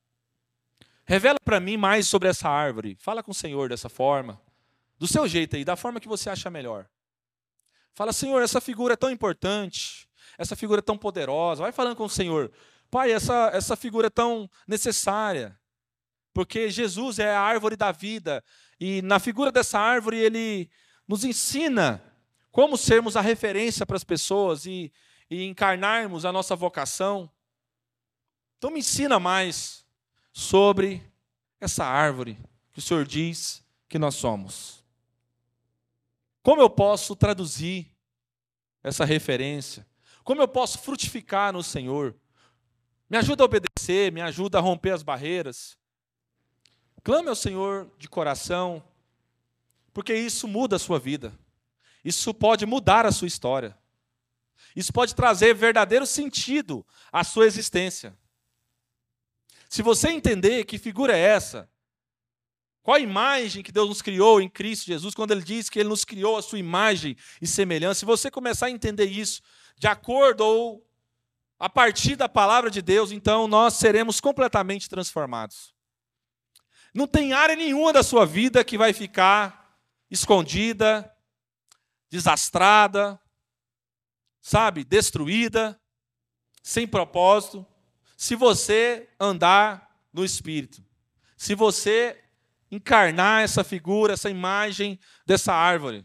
Revela para mim mais sobre essa árvore. Fala com o Senhor dessa forma. Do seu jeito aí, da forma que você acha melhor. Fala, Senhor, essa figura é tão importante, essa figura é tão poderosa. Vai falando com o Senhor. Pai, essa, essa figura é tão necessária, porque Jesus é a árvore da vida, e na figura dessa árvore ele nos ensina como sermos a referência para as pessoas e, e encarnarmos a nossa vocação. Então me ensina mais sobre essa árvore que o Senhor diz que nós somos. Como eu posso traduzir essa referência? Como eu posso frutificar no Senhor? Me ajuda a obedecer, me ajuda a romper as barreiras. Clame ao Senhor de coração, porque isso muda a sua vida. Isso pode mudar a sua história. Isso pode trazer verdadeiro sentido à sua existência. Se você entender que figura é essa, qual a imagem que Deus nos criou em Cristo Jesus, quando Ele diz que Ele nos criou a sua imagem e semelhança, se você começar a entender isso de acordo ou a partir da palavra de Deus, então nós seremos completamente transformados. Não tem área nenhuma da sua vida que vai ficar escondida, desastrada, sabe, destruída, sem propósito, se você andar no Espírito. Se você encarnar essa figura, essa imagem dessa árvore.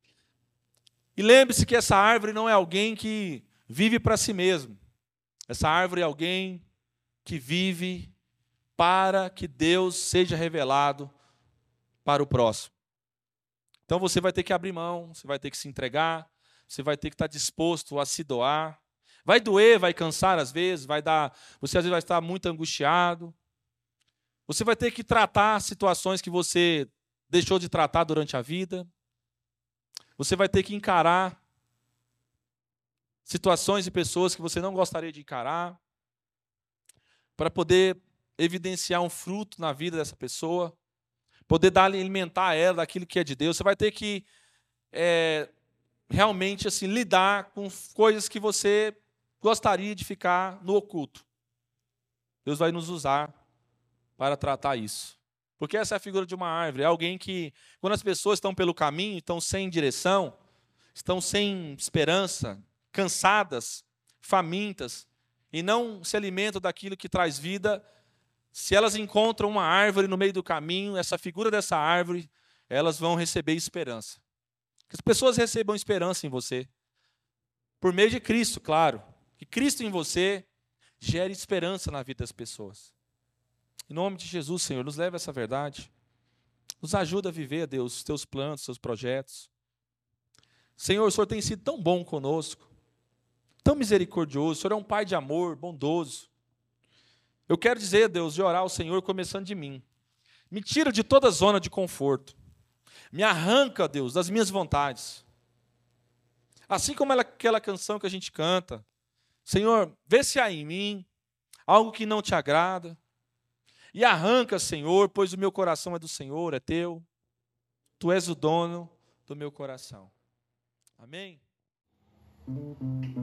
E lembre-se que essa árvore não é alguém que vive para si mesmo. Essa árvore é alguém que vive para que Deus seja revelado para o próximo. Então você vai ter que abrir mão, você vai ter que se entregar, você vai ter que estar disposto a se doar. Vai doer, vai cansar às vezes, vai dar, você às vezes vai estar muito angustiado. Você vai ter que tratar situações que você deixou de tratar durante a vida. Você vai ter que encarar situações e pessoas que você não gostaria de encarar, para poder evidenciar um fruto na vida dessa pessoa, poder dar, alimentar ela daquilo que é de Deus. Você vai ter que é, realmente assim, lidar com coisas que você gostaria de ficar no oculto. Deus vai nos usar para tratar isso. Porque essa é a figura de uma árvore. É alguém que, quando as pessoas estão pelo caminho, estão sem direção, estão sem esperança, cansadas, famintas, e não se alimentam daquilo que traz vida, se elas encontram uma árvore no meio do caminho, essa figura dessa árvore, elas vão receber esperança. Que as pessoas recebam esperança em você. Por meio de Cristo, claro. Que Cristo em você gere esperança na vida das pessoas. Em nome de Jesus, Senhor, nos leva a essa verdade. Nos ajuda a viver, Deus, os teus planos, os teus projetos. Senhor, o Senhor tem sido tão bom conosco, tão misericordioso. O Senhor é um Pai de amor, bondoso. Eu quero dizer, Deus, de orar ao Senhor começando de mim. Me tira de toda zona de conforto. Me arranca, Deus, das minhas vontades. Assim como aquela canção que a gente canta. Senhor, vê se há em mim algo que não te agrada. E arranca, Senhor, pois o meu coração é do Senhor, é teu. Tu és o dono do meu coração. Amém?